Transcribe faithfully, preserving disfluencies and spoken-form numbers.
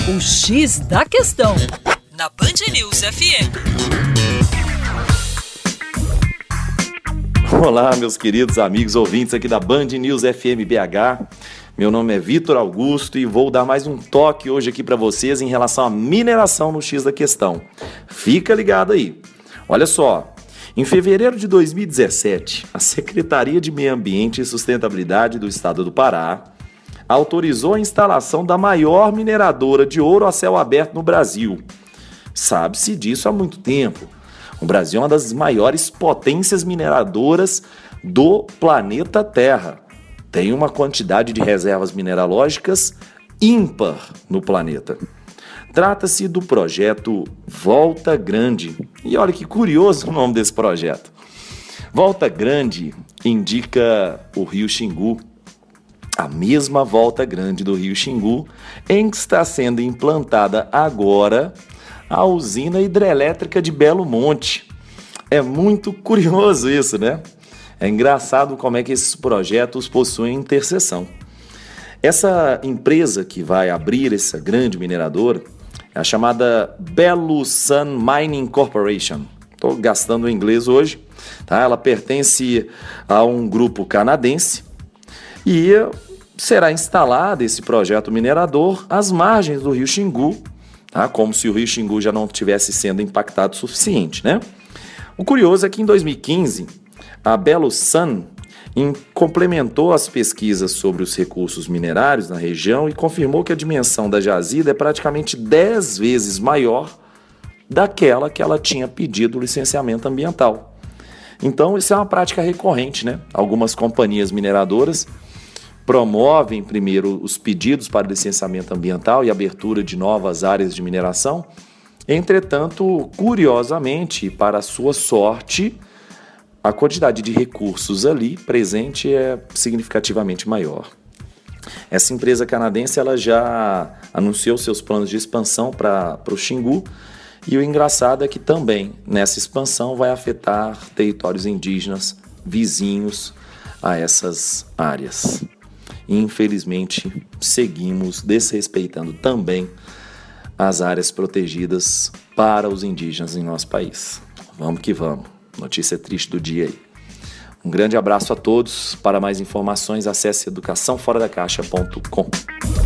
O X da Questão, na Band News F M. Olá, meus queridos amigos ouvintes aqui da Band News F M B H. Meu nome é Vitor Augusto e vou dar mais um toque hoje aqui para vocês em relação à mineração no X da Questão. Fica ligado aí. Olha só, em fevereiro de dois mil e dezessete, a Secretaria de Meio Ambiente e Sustentabilidade do Estado do Pará autorizou a instalação da maior mineradora de ouro a céu aberto no Brasil. Sabe-se disso há muito tempo. O Brasil é uma das maiores potências mineradoras do planeta Terra. Tem uma quantidade de reservas mineralógicas ímpar no planeta. Trata-se do projeto Volta Grande. E olha que curioso o nome desse projeto. Volta Grande indica o Rio Xingu, a mesma Volta Grande do Rio Xingu, em que está sendo implantada agora a usina hidrelétrica de Belo Monte. É muito curioso isso, né? É engraçado como é que esses projetos possuem interseção. Essa empresa que vai abrir essa grande mineradora é a chamada Belo Sun Mining Corporation. Estou gastando o inglês hoje, tá? Ela pertence a um grupo canadense e será instalado esse projeto minerador às margens do Rio Xingu, tá? Como se o Rio Xingu já não estivesse sendo impactado o suficiente, né? O curioso é que em dois mil e quinze, a Belo Sun complementou as pesquisas sobre os recursos minerários na região e confirmou que a dimensão da jazida é praticamente dez vezes maior daquela que ela tinha pedido licenciamento ambiental. Então, isso é uma prática recorrente, né? Algumas companhias mineradoras promovem primeiro os pedidos para licenciamento ambiental e abertura de novas áreas de mineração. Entretanto, curiosamente, para sua sorte, a quantidade de recursos ali presente é significativamente maior. Essa empresa canadense ela já anunciou seus planos de expansão para o Xingu e o engraçado é que também nessa expansão vai afetar territórios indígenas vizinhos a essas áreas. Infelizmente, seguimos desrespeitando também as áreas protegidas para os indígenas em nosso país. Vamos que vamos. Notícia triste do dia aí. Um grande abraço a todos. Para mais informações, acesse educação fora da caixa ponto com.